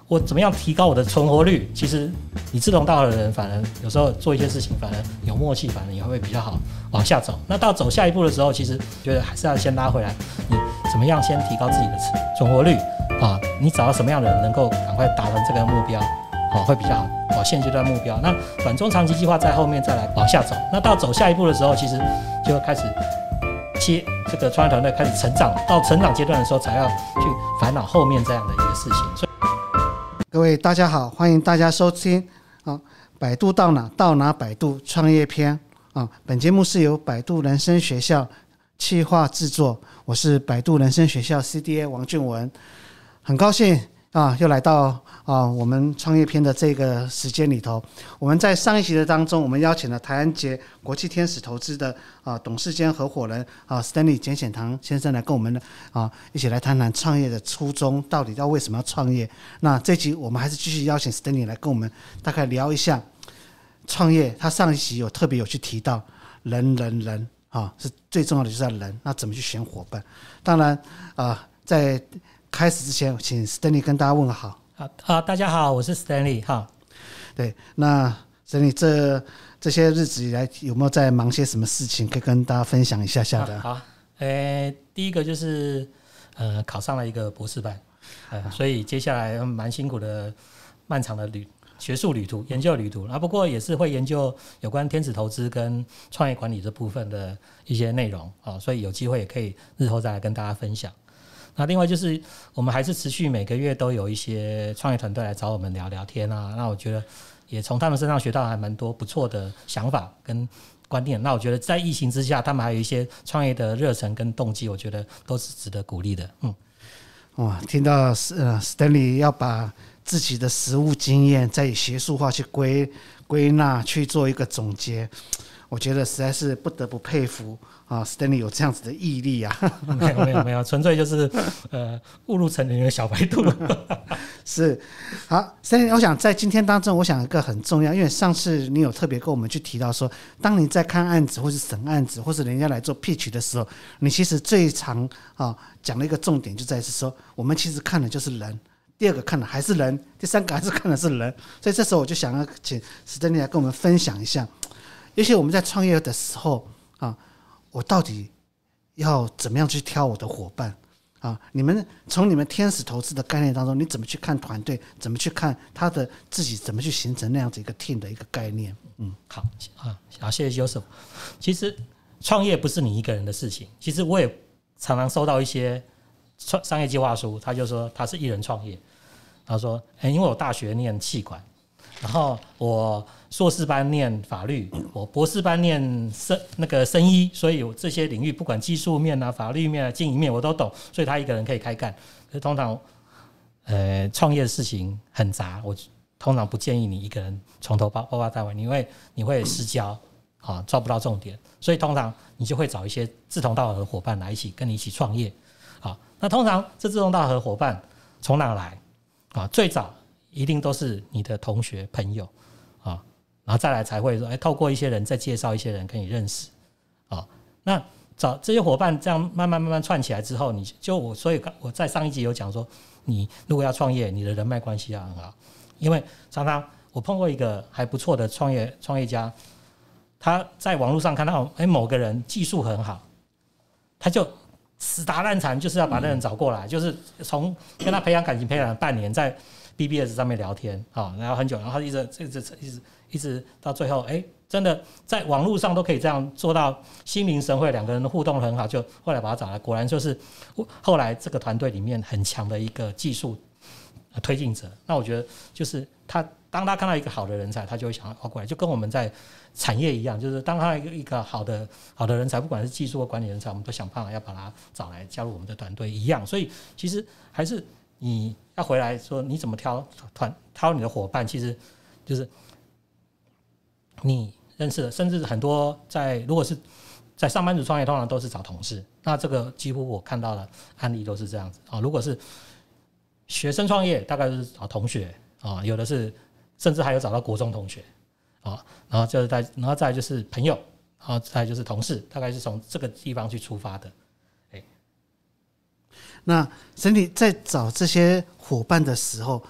我怎么样提高我的存活率？其实你志同道合的人，反而有时候做一些事情，反而有默契，反而也会比较好往下走。那到走下一步的时候，其实觉得还是要先拉回来，你怎么样先提高自己的存活率啊？你找到什么样的人能够赶快达成这个目标，会比较好。现阶段目标，那短中长期计划在后面再来往下走。那到走下一步的时候，其实就开始接这个创业团队开始成长，到成长阶段的时候，才要去烦恼后面这样的一个事情。所以各位大家好，欢迎大家收听百度到哪到哪百度创业篇本节目是由百度人生学校企划制作，我是百度人生学校 CDA 王俊文，很高兴又来到我们创业篇的这个时间里头。我们在上一集的当中，我们邀请了台安杰国际天使投资的董事兼合伙人Stanley 简显堂先生来跟我们一起来谈谈创业的初衷，到底要为什么要创业。那这集我们还是继续邀请 Stanley 来跟我们大概聊一下创业。他上一集特别有去提到人是最重要的，就是要人，那怎么去选伙伴。当然在开始之前，请 Stanley 跟大家问个好。 大家好，我是 Stanley 哈。 对，那 Stanley 这些日子以来有没有在忙些什么事情，可以跟大家分享一下下的？ 好，第一个就是考上了一个博士班，所以接下来蛮辛苦的，漫长的学术旅途、研究旅途。不过也是会研究有关天使投资跟创业管理这部分的一些内容所以有机会也可以日后再来跟大家分享。那另外就是我们还是持续每个月都有一些创业团队来找我们聊聊天那我觉得也从他们身上学到还蛮多不错的想法跟观念。那我觉得在疫情之下，他们还有一些创业的热忱跟动机，我觉得都是值得鼓励的。 听到Stanley 要把自己的实务经验再以学术化去归纳，去做一个总结，我觉得实在是不得不佩服Stanley 有这样子的毅力没有，纯粹就是误入丛林的小白兔。 是好 ，Stanley， 我想在今天当中，我想一个很重要，因为上次你有特别跟我们去提到说，当你在看案子或是审案子，或是人家来做 pitch 的时候，你其实最常讲的一个重点就在于说，我们其实看的就是人。第二个看的还是人，第三个还是看的是人，所以这时候我就想要请 Stanley 来跟我们分享一下，尤其我们在创业的时候我到底要怎么样去挑我的伙伴你们从你们天使投资的概念当中，你怎么去看团队，怎么去看他的自己，怎么去形成那样子一个 team 的一个概念？ 好，谢谢 Joseph。其实创业不是你一个人的事情，其实我也常常收到一些商业计划书，他就说他是一人创业，他说因为我大学念企管，然后我硕士班念法律，我博士班念生医，所以我这些领域不管技术面法律面经营面我都懂，所以他一个人可以开干。可是通常创业的事情很杂，我通常不建议你一个人从头包括到尾，你会失焦抓不到重点，所以通常你就会找一些志同道合的伙伴来跟你一起创业。那通常这志同道合的伙伴从哪来最早一定都是你的同学朋友然后再来才会说透过一些人再介绍一些人跟你认识那找这些伙伴这样慢慢串起来之后，所以我在上一集有讲说，你如果要创业，你的人脉关系要很好，因为常常我碰过一个还不错的创业家，他在网络上看到某个人技术很好，他就死打烂缠，就是要把那人找过来，就是从跟他培养感情培养了半年，在 BBS 上面聊天然后很久，然后一直到最后真的在网络上都可以这样做到心领神会，两个人的互动很好，就后来把他找来，果然就是后来这个团队里面很强的一个技术推进者。那我觉得就是当他看到一个好的人才，他就会想要过来，就跟我们在产业一样，就是当他一个好的人才，不管是技术或管理人才，我们都想办法要把他找来加入我们的团队一样。所以其实还是你要回来说你怎么挑你的伙伴，其实就是你认识的，甚至很多如果是在上班族创业，通常都是找同事。那这个几乎我看到的案例都是这样子如果是学生创业，大概就是找同学有的是甚至还有找到国中同学然后再来就是朋友，然后再来就是同事，大概是从这个地方去出发的。 那Stanley在找这些伙伴的时候，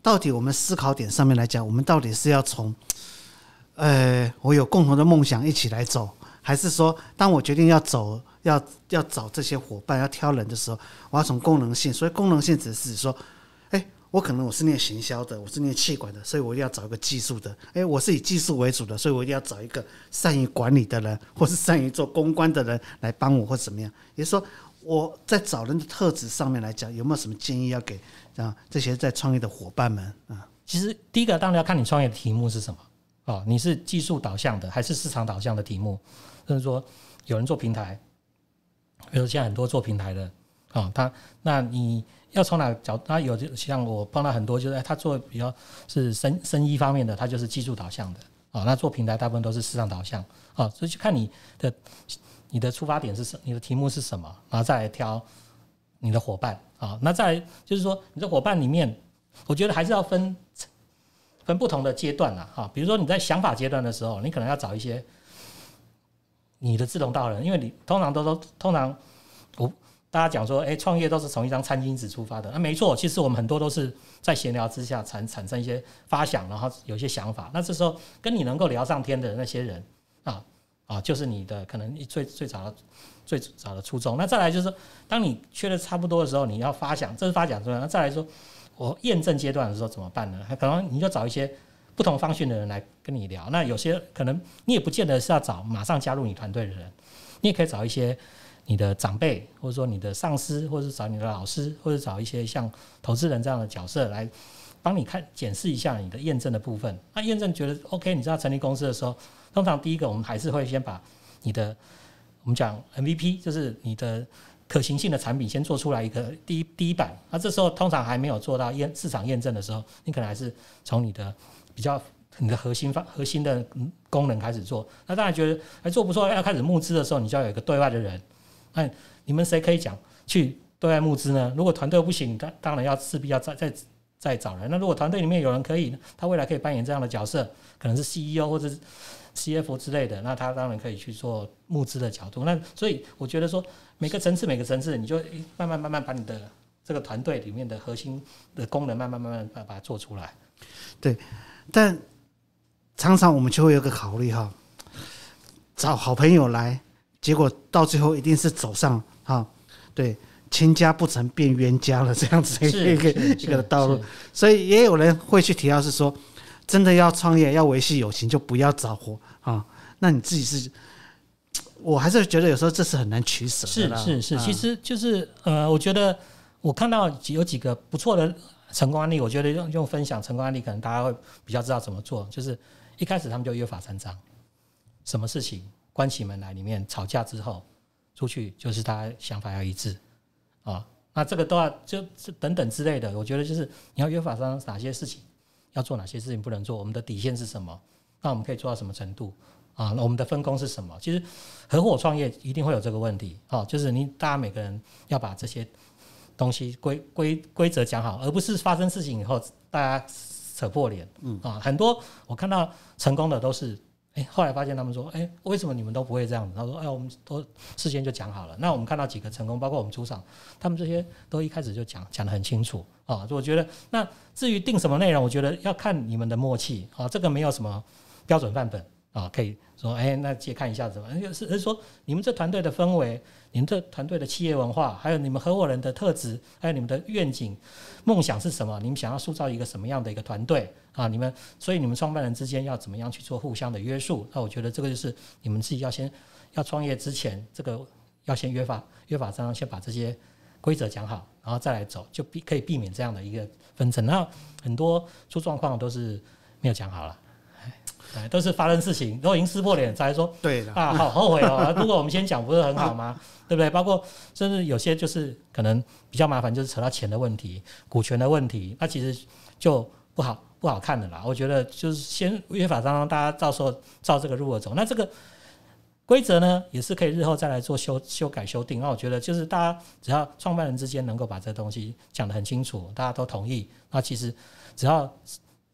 到底我们思考点上面来讲，我们到底是要从我有共同的梦想一起来走，还是说当我决定要走要找这些伙伴要挑人的时候，我要从功能性。所以功能性只是说我可能我是念行销的，我是念企管的，所以我一定要找一个技术的。我是以技术为主的，所以我一定要找一个善于管理的人，或是善于做公关的人来帮我，或怎么样。也就是说，我在找人的特质上面来讲，有没有什么建议要给这些在创业的伙伴们啊？ 其实第一个当然要看你创业的题目是什么你是技术导向的还是市场导向的题目？甚至说有人做平台，比如现在很多做平台的那你要从哪个角度？他有像我碰到很多，就是他做比较是生医方面的，他就是技术导向的那做平台大部分都是市场导向所以就看你的出发点是什么，你的题目是什么，然后再来挑你的伙伴那再来就是说你的伙伴里面，我觉得还是要分不同的阶段比如说你在想法阶段的时候，你可能要找一些你的志同道合人，因为你通常大家讲说创业都是从一张餐巾纸出发的，没错，其实我们很多都是在闲聊之下产生一些发想，然后有一些想法，那这时候跟你能够聊上天的那些人就是你的可能最早的初衷。那再来就是当你缺的差不多的时候，你要发想，这是发想阶段。那再来说我验证阶段的时候怎么办呢？可能你就找一些不同方向的人来跟你聊，那有些可能你也不见得是要找马上加入你团队的人，你也可以找一些你的长辈，或者说你的上司，或者是找你的老师，或者找一些像投资人这样的角色来帮你检视一下你的验证的部分。那验证觉得 OK， 你知道成立公司的时候，通常第一个我们还是会先把你的我们讲 MVP， 就是你的可行性的产品先做出来一个第一版。那这时候通常还没有做到市场验证的时候，你可能还是从你的你的核心的功能开始做。那当然觉得做不错，要开始募资的时候，你就要有一个对外的人。那你们谁可以讲去对外募资呢？如果团队不行，当然势必要再找人。那如果团队里面有人可以，他未来可以扮演这样的角色，可能是 CEO 或者是 CFO 之类的，那他当然可以去做募资的角度。那所以我觉得说每个层次，你就慢慢把你的这个团队里面的核心的功能慢慢把它做出来。 对，但常常我们就会有个考虑找好朋友来，结果到最后一定是走上对，亲家不成变冤家了这样子一个道路。所以也有人会去提到是说，真的要创业要维系友情，就不要找伙那你自己是，我还是觉得有时候这是很难取舍的啦。 是，其实就是我觉得我看到有几个不错的成功案例，我觉得用分享成功案例，可能大家会比较知道怎么做。就是一开始他们就约法三章，什么事情关起门来里面吵架之后出去，就是大家想法要一致那这个都要就等等之类的。我觉得就是你要约法三章，哪些事情要做，哪些事情不能做，我们的底线是什么，那我们可以做到什么程度那我们的分工是什么？其实合伙创业一定会有这个问题就是大家每个人要把这些东西规则讲好，而不是发生事情以后大家扯破脸很多我看到成功的都是后来发现他们说为什么你们都不会这样子？他说我们都事先就讲好了。那我们看到几个成功，包括我们组长，他们这些都一开始就讲得很清楚我觉得那至于定什么内容，我觉得要看你们的默契这个没有什么标准范本可以说那借看一下怎么，是说你们这团队的氛围，你们这团队的企业文化，还有你们合伙人的特质，还有你们的愿景梦想是什么，你们想要塑造一个什么样的一个团队所以你们创办人之间要怎么样去做互相的约束。那我觉得这个就是你们自己要创业之前，这个要先约法三章，先把这些规则讲好，然后再来走，就可以避免这样的一个纷争。那很多出状况都是没有讲好了，都是发生事情都已经撕破脸才说对的好后悔如果我们先讲不是很好吗？对不对？包括甚至有些就是可能比较麻烦，就是扯到钱的问题、股权的问题，那其实就不好看的啦。我觉得就是先约法三章，大家到时候照这个路而走。那这个规则呢，也是可以日后再来做修改修订。那我觉得就是大家只要创办人之间能够把这个东西讲得很清楚，大家都同意，那其实只要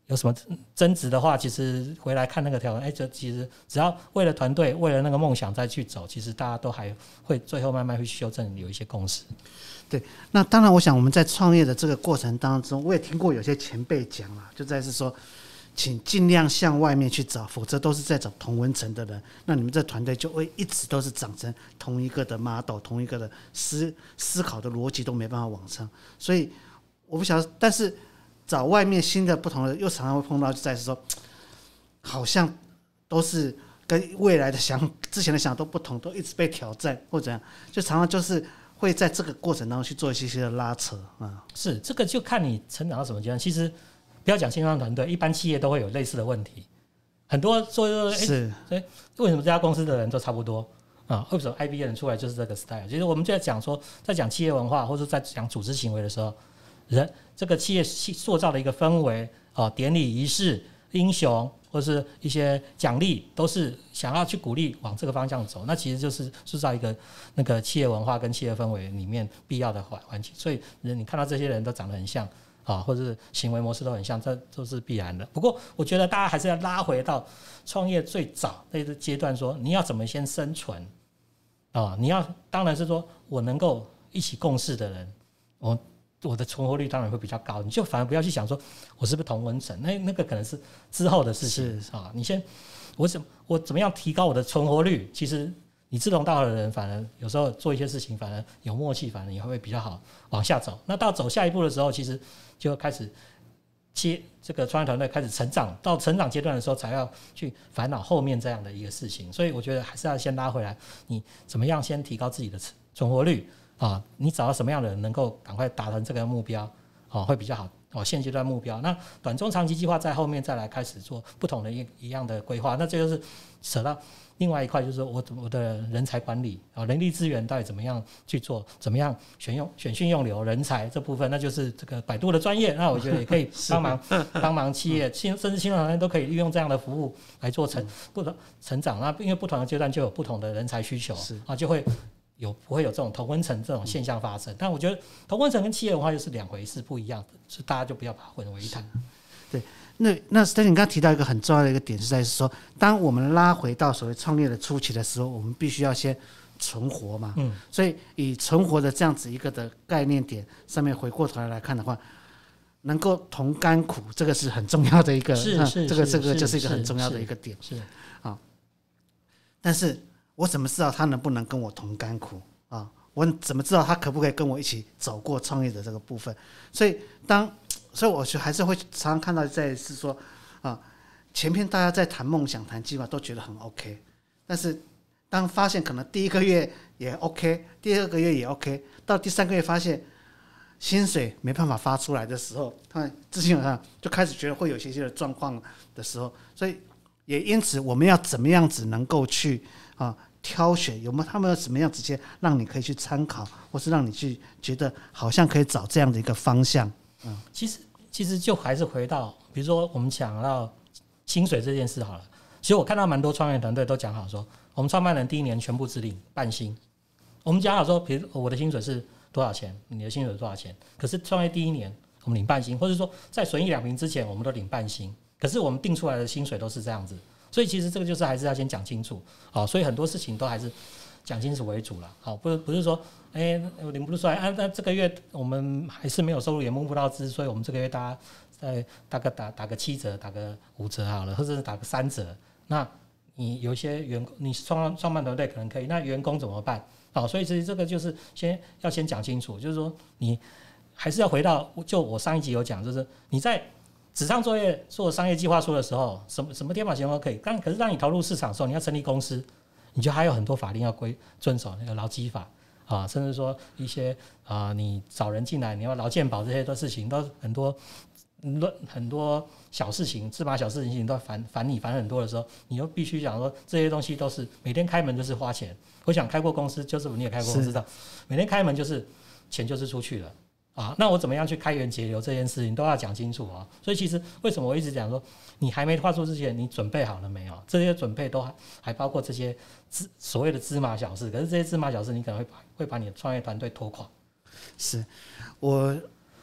有什么争执的话，其实回来看那个条文，这其实只要为了团队，为了那个梦想再去走，其实大家都还会最后慢慢会修正，有一些共识。 对，那当然，我想我们在创业的这个过程当中，我也听过有些前辈讲啦，就在是说，请尽量向外面去找，否则都是在找同温层的人，那你们这团队就会一直都是长成同一个的 model， 同一个的思考的逻辑都没办法往上。所以我不晓得，但是找外面新的不同的，又常常会碰到，就在是说，好像都是跟未来的之前的想都不同，都一直被挑战或怎样，就常常就是会在这个过程当中去做一些的拉扯啊。 是这个就看你成长到什么阶段。其实不要讲新创团队，一般企业都会有类似的问题。很多说是，为什么这家公司的人都差不多啊？为什么 IB 的人出来就是这个 style？ 其实我们就在讲说，在讲企业文化或者在讲组织行为的时候，人这个企业塑造的一个氛围啊，典礼仪式、英雄或是一些奖励，都是想要去鼓励往这个方向走。那其实就是塑造一个那个企业文化跟企业氛围里面必要的环境。所以你看到这些人都长得很像啊，或者是行为模式都很像，这都是必然的。不过我觉得大家还是要拉回到创业最早那个阶段，说你要怎么先生存啊？你要当然是说我能够一起共事的人，我的存活率当然会比较高，你就反而不要去想说我是不是同温层，那个可能是之后的事情啊。你先我怎么样提高我的存活率？其实你志同道合的人，反而有时候做一些事情，反而有默契，反而你会比较好往下走。那到走下一步的时候，其实就开始这个创业团队开始成长，到成长阶段的时候，才要去烦恼后面这样的一个事情。所以我觉得还是要先拉回来，你怎么样先提高自己的存活率啊？你找到什么样的人能够赶快达成这个目标啊，会比较好。现阶段目标，那短中长期计划在后面再来开始做不同的一样的规划。那这就是扯到另外一块，就是我的人才管理啊，人力资源到底怎么样去做，怎么样选训用留人才这部分，那就是这个百度的专业。那我觉得也可以帮忙企业，甚至新创团队都可以利用这样的服务来做不同成长。那因为不同的阶段就有不同的人才需求啊，就会不会有这种同温层这种现象发生？但我觉得同温层跟企业文化又是两回事，不一样的，所以大家就不要把它混为一谈。 对，那 Stanley 刚刚提到一个很重要的一个点，是在说，当我们拉回到所谓创业的初期的时候，我们必须要先存活嘛。所以以存活的这样子一个的概念点上面回过头来看的话，能够同甘苦，这个是很重要的一个，这个就是一个很重要的一个点。 是啊，但是我怎么知道他能不能跟我同甘苦啊？我怎么知道他可不可以跟我一起走过创业的这个部分？所以我还是会常常看到在是说啊，前面大家在谈梦想、谈计划都觉得很 OK， 但是当发现可能第一个月也 OK， 第二个月也 OK， 到第三个月发现薪水没办法发出来的时候，他们基本上就开始觉得会有一些的状况的时候，所以也因此我们要怎么样子能够去挑选他们有什么样直接让你可以去参考，或是让你去觉得好像可以找这样的一个方向。 其实就还是回到，比如说我们讲到薪水这件事好了。其实我看到蛮多创业团队都讲好说，我们创办人第一年全部只领半薪。我们讲好说，比如我的薪水是多少钱，你的薪水是多少钱，可是创业第一年我们领半薪，或者说在损益两平之前我们都领半薪，可是我们定出来的薪水都是这样子。所以其实这个就是还是要先讲清楚，所以很多事情都还是讲清楚为主了，不是说我领不出来那这个月我们还是没有收入也募不到资，所以我们这个月大家大概打个7折，打个5折好了，或者是打个3折。那你有一些员工，你创办团队可能可以，那员工怎么办？所以其实这个就是要先讲清楚，就是说你还是要回到，就我上一集有讲，就是你在纸上作业做商业计划书的时候，什么天马行空都可以，可是当你投入市场的时候，你要成立公司，你就还有很多法令要遵守，那个劳基法甚至说一些你找人进来，你要劳健保这些的事情，都很多小事情，芝麻小事情都烦你很多的时候，你又必须讲说这些东西都是每天开门就是花钱。我想开过公司，就是你也开过公司，知道每天开门就是钱就是出去了。那我怎么样去开源节流这件事情都要讲清楚所以其实为什么我一直讲说，你还没跨出之前，你准备好了没有？这些准备都还包括这些所谓的芝麻小事，可是这些芝麻小事你可能会把你的创业团队拖垮。 是我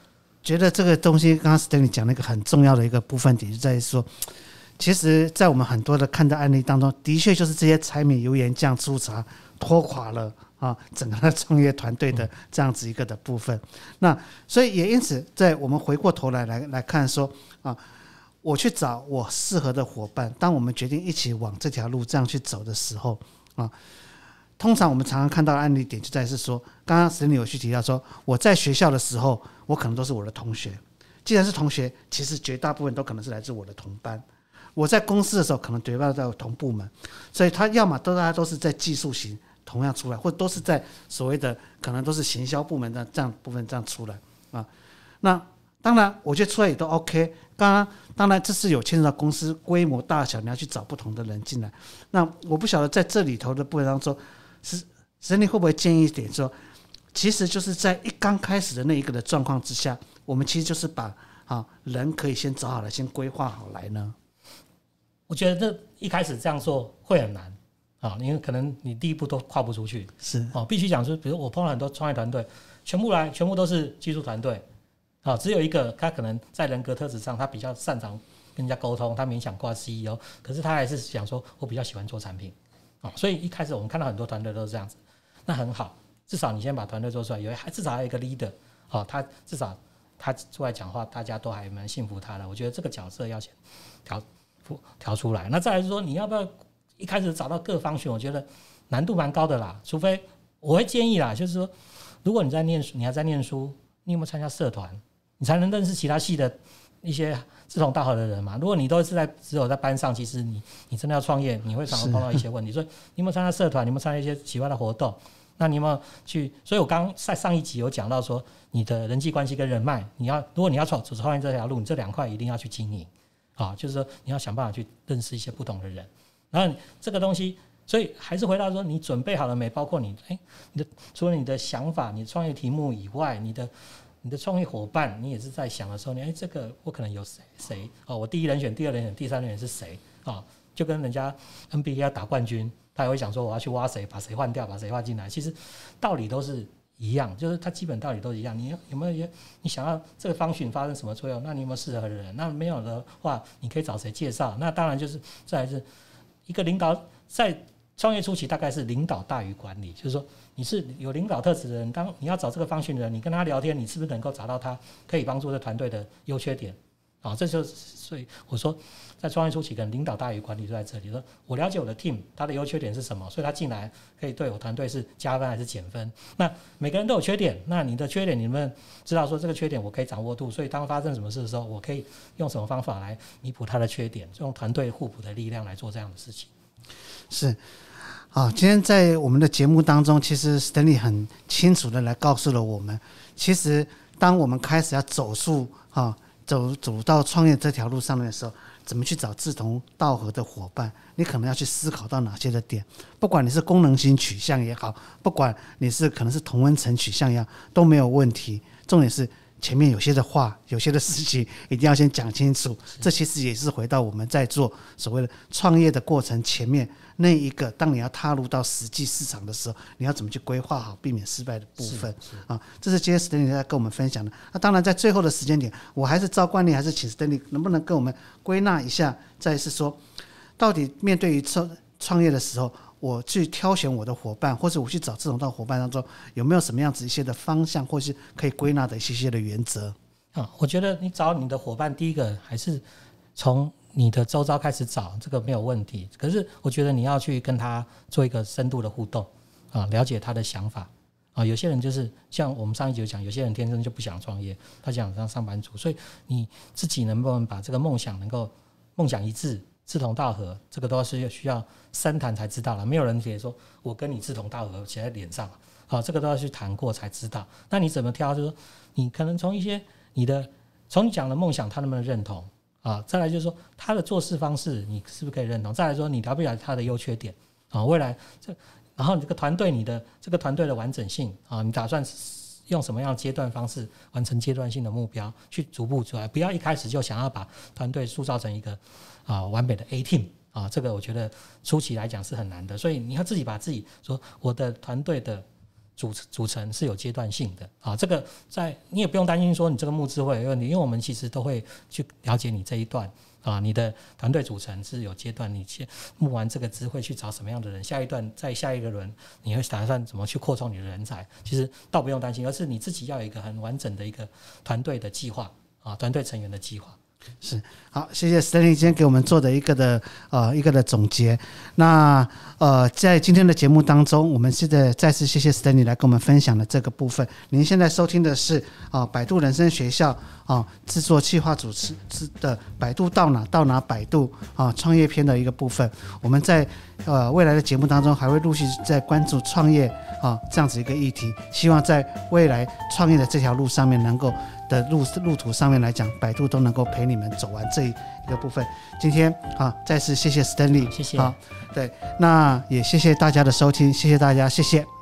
觉得这个东西，刚刚 Stanley 讲那个很重要的一个部分点，就在于说，其实，在我们很多的看待案例当中，的确就是这些柴米油盐酱醋茶拖垮了整个创业团队的这样子一个的部分。那所以也因此，在我们回过头来看说我去找我适合的伙伴，当我们决定一起往这条路这样去走的时候通常我们常常看到的案例点就在是说，刚刚Stanley有去提到说，我在学校的时候，我可能都是我的同学。既然是同学，其实绝大部分都可能是来自我的同班。我在公司的时候，可能绝大部分都有同部门，所以他要么大家都是在技术型同样出来，或者都是在所谓的可能都是行销部门的这样部分这样出来那当然，我觉得出来也都 OK。当然这是有牵涉到公司规模大小，你要去找不同的人进来。那我不晓得在这里头的部分当中，Stanley会不会建议一点说，其实就是在一刚开始的那一个的状况之下，我们其实就是把人可以先找好了，先规划好来呢？ 我觉得这一开始这样做会很难因为可能你第一步都跨不出去。 是必须讲说，比如我碰到很多创业团队，全部都是技术团队只有一个他可能在人格特质上他比较擅长跟人家沟通，他勉强挂 CEO， 可是他还是想说我比较喜欢做产品所以一开始我们看到很多团队都是这样子，那很好，至少你先把团队做出来，至少还有一个 leader 他至少他出来讲话，大家都还蛮信服他的。我觉得这个角色要先调出来。那再来是说，你要不要一开始找到各方选？我觉得难度蛮高的啦，除非我会建议啦，就是说，如果你还在念书，你有没有参加社团？你才能认识其他系的一些志同道合的人嘛。如果你都是只有在班上，其实你真的要创业，你会常常碰到一些问题。所以你有没有参加社团？你有没有参加一些奇怪的活动？那你有没有去？所以我刚在上一集有讲到说，你的人际关系跟人脉，如果你要创业这条路，你这两块一定要去经营就是说你要想办法去认识一些不同的人。然后这个东西，所以还是回到说，你准备好了没？包括除了你的想法、你的创业题目以外，你的创业伙伴，你也是在想的时候，这个我可能有谁我第一人选、第二人选、第三人选是谁就跟人家 NBA 要打冠军，他也会想说我要去挖谁，把谁换掉，把谁换进来。其实道理都是一样，就是它基本道理都一样。你有没有你想要这个方选发生什么作用？那你有没有适合的人？那没有的话，你可以找谁介绍？那当然就是再来是一个领导，在创业初期大概是领导大于管理，就是说你是有领导特质的人，当你要找这个方选的人，你跟他聊天，你是不是能够找到他可以帮助这团队的优缺点？这就是所以我说，在创业初期，可能领导大于管理就在这里。说我了解我的 team， 他的优缺点是什么，所以他进来可以对我团队是加分还是减分。那每个人都有缺点，那你的缺点你们知道说这个缺点我可以掌握度，所以当发生什么事的时候，我可以用什么方法来弥补他的缺点，用团队互补的力量来做这样的事情。是。 今天在我们的节目当中，其实 Stanley 很清楚的来告诉了我们，其实当我们开始要走到创业这条路上面的时候，怎么去找志同道合的伙伴，你可能要去思考到哪些的点，不管你是功能性取向也好，不管你是可能是同温层取向也好，都没有问题。重点是前面有些的话，有些的事情一定要先讲清楚。这其实也是回到我们在做所谓的创业的过程前面那一个，当你要踏入到实际市场的时候，你要怎么去规划好避免失败的部分这是今天 Stanley 在跟我们分享的。那当然在最后的时间点，我还是照惯例，还是请 Stanley 能不能跟我们归纳一下，再是说到底面对于创业的时候，我去挑选我的伙伴，或者我去找志同道合伙伴当中，有没有什么样子一些的方向，或是可以归纳的一些的原则？ 我觉得你找你的伙伴，第一个还是从你的周遭开始找，这个没有问题。可是我觉得你要去跟他做一个深度的互动了解他的想法有些人就是像我们上一集有讲，有些人天生就不想创业，他想当上班族，所以你自己能不能把这个梦想梦想一致、志同道合，这个都是需要深谈才知道了。没有人可以说我跟你志同道合写在脸上这个都要去谈过才知道。那你怎么挑？就是说你可能从一些从你讲的梦想，他能不能认同再来就是说他的做事方式，你是不是可以认同？再来说你了不了解他的优缺点未来然后你这个团队，你的这个团队的完整性你打算用什么样的阶段方式完成阶段性的目标，去逐步出来，不要一开始就想要把团队塑造成一个完美的 A team 这个我觉得初期来讲是很难的。所以你要自己把自己说我的团队的组成是有阶段性的啊。这个你也不用担心说你这个募资会有问题，因为我们其实都会去了解你这一段啊，你的团队组成是有阶段，你募完这个资会去找什么样的人，下一段在下一个轮你会打算怎么去扩充你的人才，其实倒不用担心，而是你自己要有一个很完整的一个团队的计划啊，团队成员的计划。 是，好，谢谢 Stanley 今天给我们做的一个的总结。那在今天的节目当中，我们现在再次谢谢 Stanley 来跟我们分享的这个部分。您现在收听的是百度人生学校制作企划主持的百度到哪百度创业篇的一个部分。我们在未来的节目当中还会陆续在关注创业这样子一个议题，希望在未来创业的这条路上面能够的路途上面来讲，百度都能够陪你们走完这一个部分。今天再次谢谢 Stanley， 谢谢。 对，那也谢谢大家的收听，谢谢大家，谢谢。